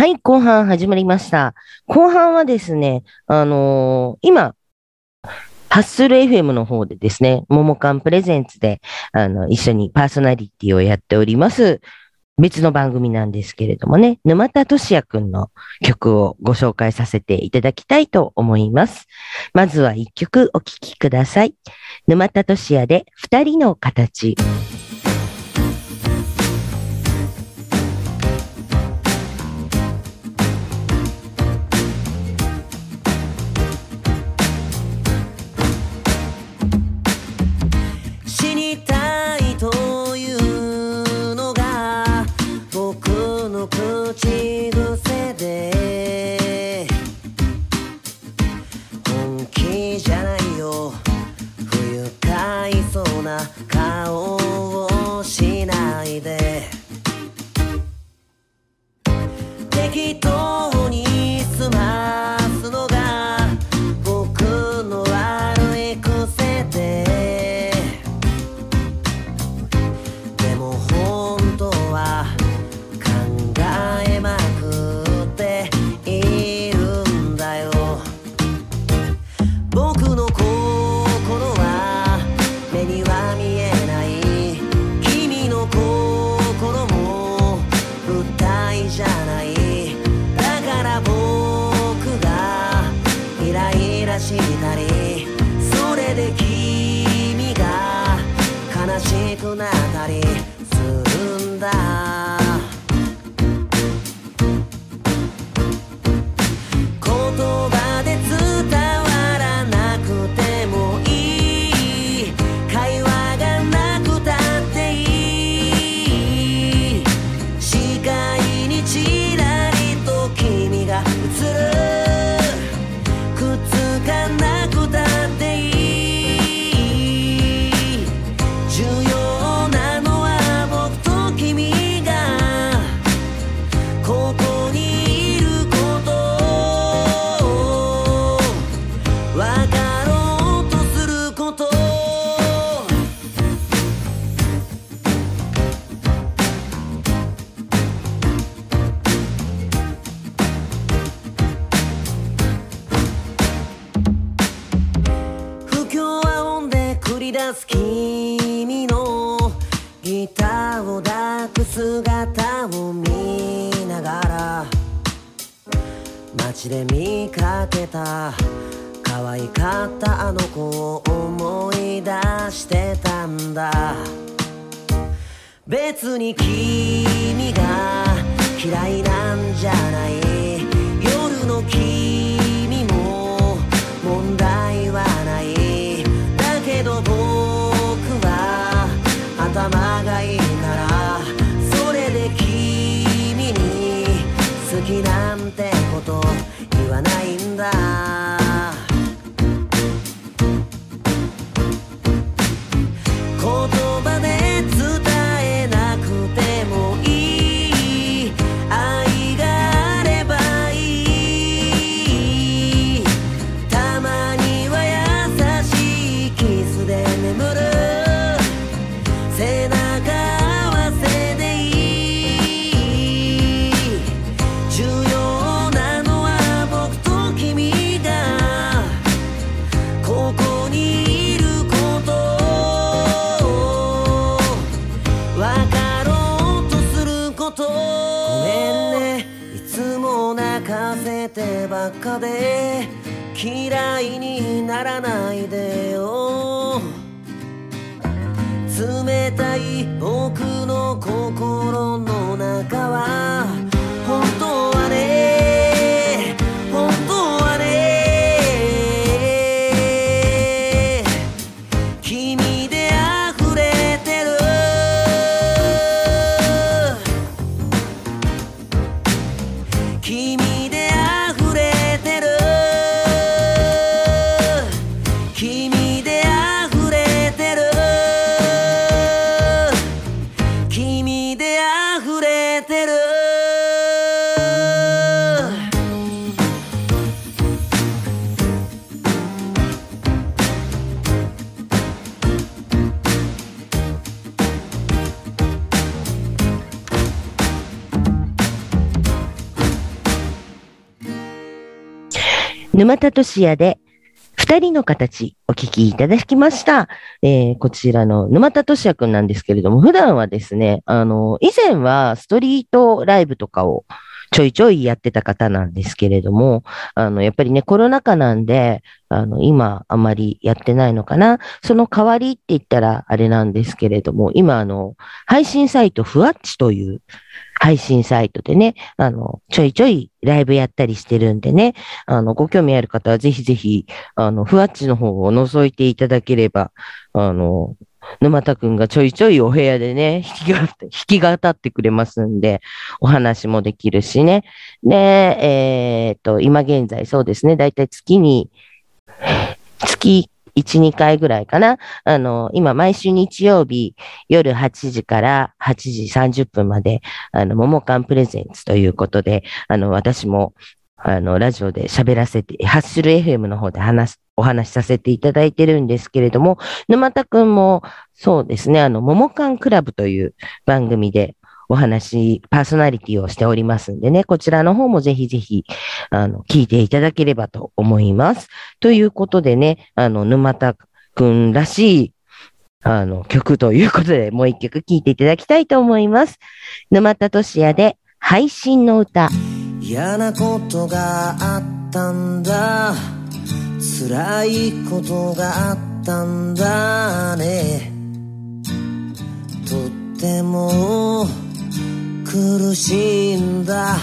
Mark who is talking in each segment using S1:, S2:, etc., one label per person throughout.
S1: はい、後半始まりました。後半はですね、今、ハッスル FM の方でですね、ももかんプレゼンツで、一緒にパーソナリティをやっております。別の番組なんですけれどもね、沼田俊也くんの曲をご紹介させていただきたいと思います。まずは一曲お聴きください。沼田俊也で二人の形。
S2: 死にたいというのが僕の口癖で、本気じゃないよ、不愉快そうな顔をしないで、適当に済ますのが僕の悪い癖で、でも本当は考えまくっているんだよ。僕の心は目には見えない、君の心も物体じゃない。だから僕がイライラしたり、それで君が悲しくなったりするんだ。言葉で伝わらなくてもいい、会話がなくたっていい、視界にちらりと君が映る、くっつかなくたっていい、重要なのは僕と君がここにいることを分かろうとすること。不協和音で繰り出す君のギターを抱く姿を見ながら、街で見かけた可愛かったあの子を思い出してたんだ。別に君が嫌いなんじゃない、夜の君も問題はない。だけど僕は頭がいいから、それで君に好きなんてこと言わないんだ。言葉で伝えなくてもいい、愛があればいい、たまには優しいキスで眠る、背中合わせでいい、重要なのは僕と君がここにいることを分かろうとすること。ごめんね、いつも泣かせてばっかで嫌いにならないでよ。冷たい僕の心の中は本当はね、本当はね、君で溢れてる、君で溢れてる、君で溢れてる、君で溢れてる。
S1: 沼田俊也で二人の形お聞きいただきました。こちらの沼田俊也くんなんですけれども、普段はですね、以前はストリートライブとかをちょいちょいやってた方なんですけれども、やっぱりね、コロナ禍なんで、今あまりやってないのかな。その代わりって言ったらあれなんですけれども、今配信サイトふわっちという配信サイトでね、ちょいちょいライブやったりしてるんでね、ご興味ある方はぜひぜひ、ふわっちの方を覗いていただければ、沼田くんがちょいちょいお部屋でね、弾き語ってくれますんで、お話もできるしね。で、今現在そうですね、だいたい月1、2回ぐらいかな。今、毎週日曜日夜8時から8時30分まで、ももかんプレゼンツということで、私も、ラジオで喋らせて、ハッスル FM の方でお話しさせていただいてるんですけれども、沼田くんも、そうですね、ももかんクラブという番組で、パーソナリティをしておりますんでね、こちらの方もぜひぜひ、聞いていただければと思います。ということでね、沼田くんらしい、曲ということで、もう一曲聴いていただきたいと思います。沼田俊也で、配信の歌。
S2: 嫌なことがあったんだ、辛いことがあったんだね、とっても苦しいんだ、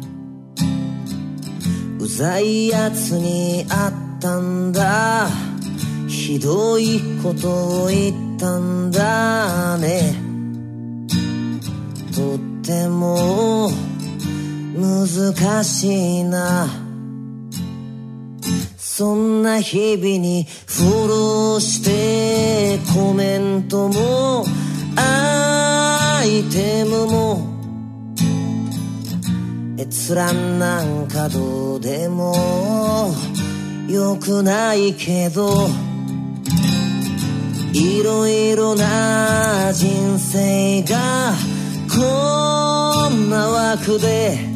S2: うざいやつに会ったんだ、ひどいことを言ったんだね、とっても難しいな、そんな日々にフォローしてコメントもアイテムも閲覧なんかどうでもよくないけど、いろいろな人生がこんな枠で、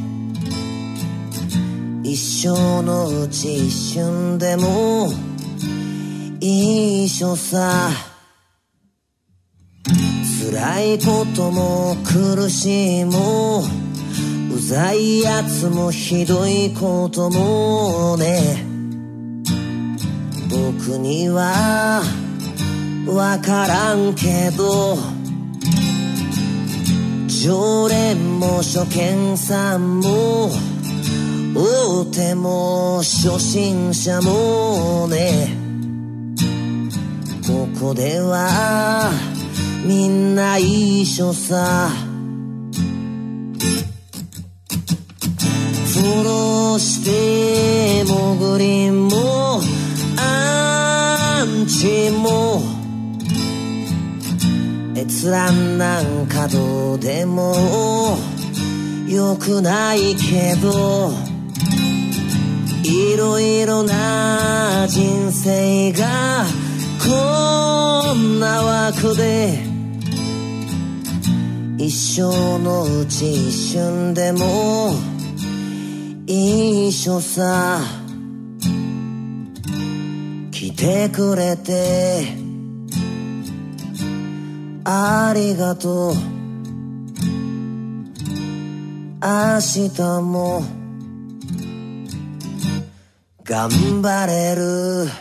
S2: 一生のうち一瞬でも一緒さ、辛いことも苦しいもうざいやつもひどいこともね、僕にはわからんけど、常連も初見さんも大手も初心者もね、ここではみんな一緒さ、フォローしてもグリーンもアンチも閲覧なんかどうでもよくないけど、いろいろな人生がこんな枠で、一生のうち一瞬でも一緒さ、来てくれてありがとう、明日も頑張れる。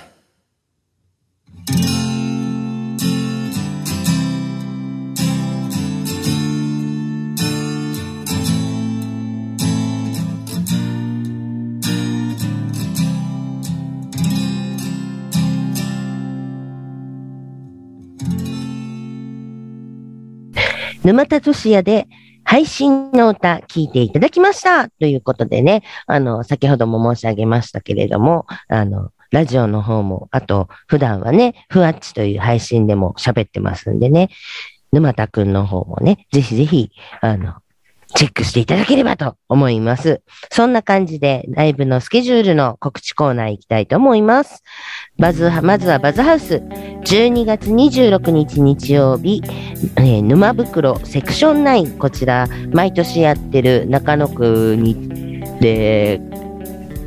S1: 沼田俊也で配信の歌聞いていただきました。ということでね、先ほども申し上げましたけれども、ラジオの方も、あと、普段はね、ふわっちという配信でも喋ってますんでね、沼田くんの方もね、ぜひぜひ、チェックしていただければと思います。そんな感じで、ライブのスケジュールの告知コーナー行きたいと思います。まずはバズハウス、12月26日日曜日、沼袋セクション9、こちら、毎年やってる中野区に、で、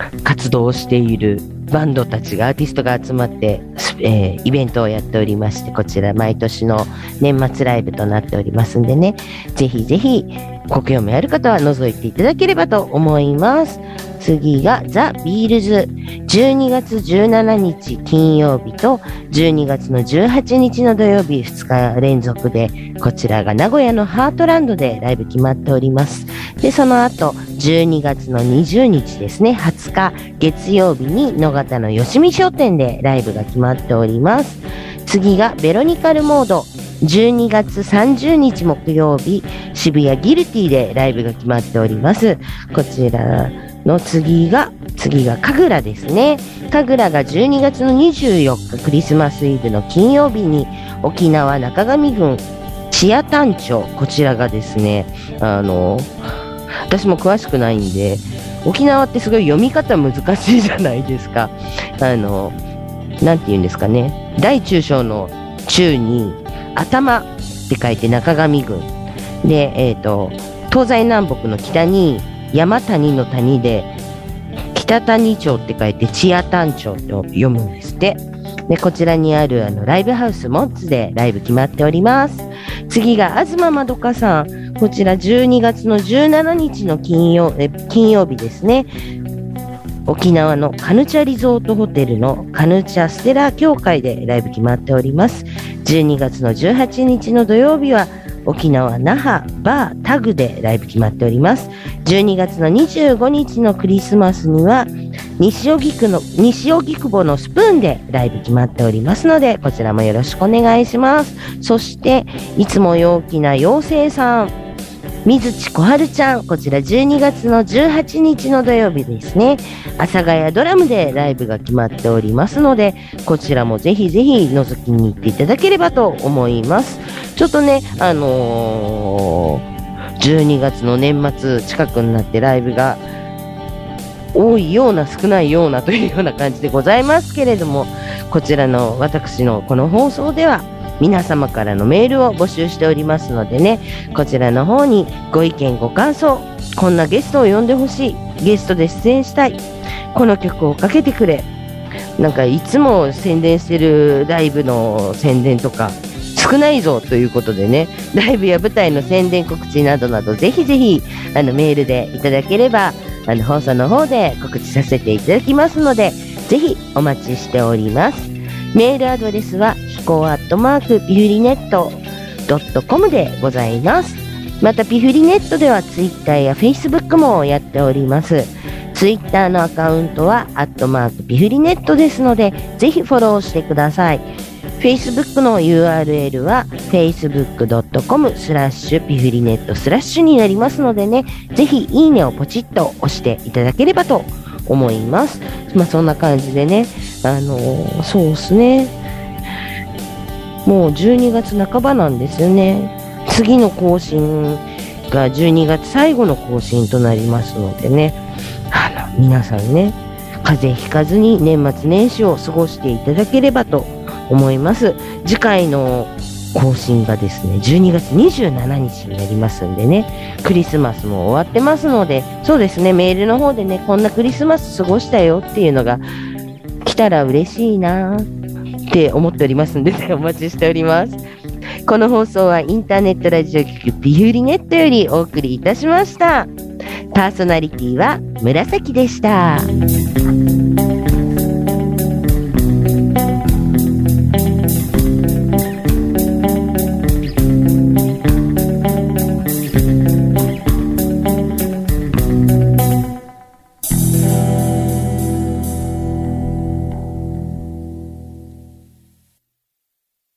S1: 活動をしているバンドたちが、アーティストが集まって、イベントをやっておりまして、こちら毎年の年末ライブとなっておりますんでね、ぜひぜひご興味ある方は覗いていただければと思います。次がザ・ビールズ、12月17日金曜日と12月の18日の土曜日2日連続で、こちらが名古屋のハートランドでライブ決まっております。で、その後12月の20日ですね、20日月曜日に野方のよしみ商店でライブが決まっております。次がベロニカルモード、12月30日木曜日渋谷ギルティでライブが決まっております。こちらの次が神楽ですね。神楽が12月の24日クリスマスイブの金曜日に沖縄中上郡千谷丹町、こちらがですね、私も詳しくないんで、沖縄ってすごい読み方難しいじゃないですか。なんて言うんですかね、大中小の中に頭って書いて中上郡で、東西南北の北に山谷の谷で北谷町って書いて千谷丹町と読むんですって。で、こちらにあるライブハウスモッツでライブ決まっております。次が東まどかさん、こちら12月の17日の金曜日ですね。沖縄のカヌチャリゾートホテルのカヌチャステラ協会でライブ決まっております。12月の18日の土曜日は沖縄那覇バータグでライブ決まっております。12月の25日のクリスマスには西荻窪のスプーンでライブ決まっておりますので、こちらもよろしくお願いします。そしていつも陽気な妖精さん、水地小春ちゃん、こちら12月の18日の土曜日ですね、阿佐ヶ谷ドラムでライブが決まっておりますので、こちらもぜひぜひ覗きに行っていただければと思います。ちょっとね、12月の年末近くになってライブが多いような少ないようなというような感じでございますけれども、こちらの私のこの放送では皆様からのメールを募集しておりますのでね、こちらの方にご意見ご感想、こんなゲストを呼んでほしい、ゲストで出演したい、この曲をかけてくれ、なんかいつも宣伝してるライブの宣伝とか少ないぞということでね、ライブや舞台の宣伝告知などなどぜひぜひメールでいただければ放送の方で告知させていただきますので、ぜひお待ちしております。メールアドレスはひこピフリネット.com でございます。またピフリネットではツイッターやフェイスブックもやっております。ツイッターのアカウントはピフリネットですので、ぜひフォローしてください。Facebook の URL は facebook.com/ピフリネット/ になりますのでね、ぜひいいねをポチッと押していただければと思います。そんな感じでね、そうですね、もう12月半ばなんですよね。次の更新が12月最後の更新となりますのでね、皆さんね、風邪ひかずに年末年始を過ごしていただければと思います。次回の更新がですね、12月27日になりますんでね、クリスマスも終わってますので、そうですね、メールの方でね、こんなクリスマス過ごしたよっていうのが来たら嬉しいなって思っておりますんで、お待ちしております。この放送はインターネットラジオ局ピフリネットよりお送りいたしました。パーソナリティは紫でした。